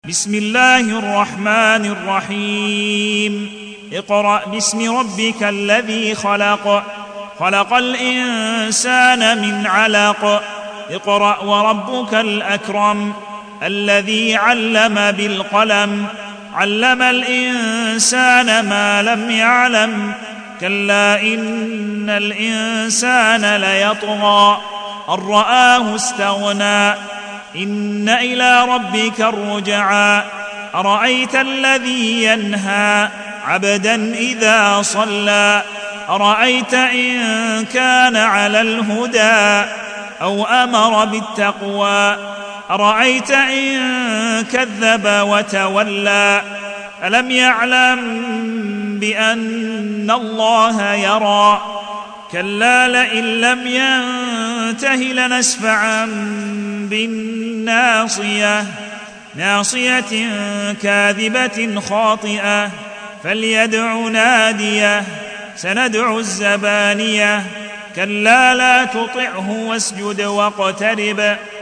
بسم الله الرحمن الرحيم اقرأ باسم ربك الذي خلق خلق الإنسان من علق اقرأ وربك الأكرم الذي علم بالقلم علم الإنسان ما لم يعلم كلا إن الإنسان ليطغى أن رآه استغنى إن إلى ربك الرجعى أرأيت الذي ينهى عبدا إذا صلى أرأيت إن كان على الهدى أو أمر بالتقوى أرأيت إن كذب وتولى ألم يعلم بأن الله يرى كلا لئن لم ينته لنسفعا بالناصية ناصية كاذبة خاطئة فليدع ناديه سندع الزبانية كلا لا تطعه واسجد واقترب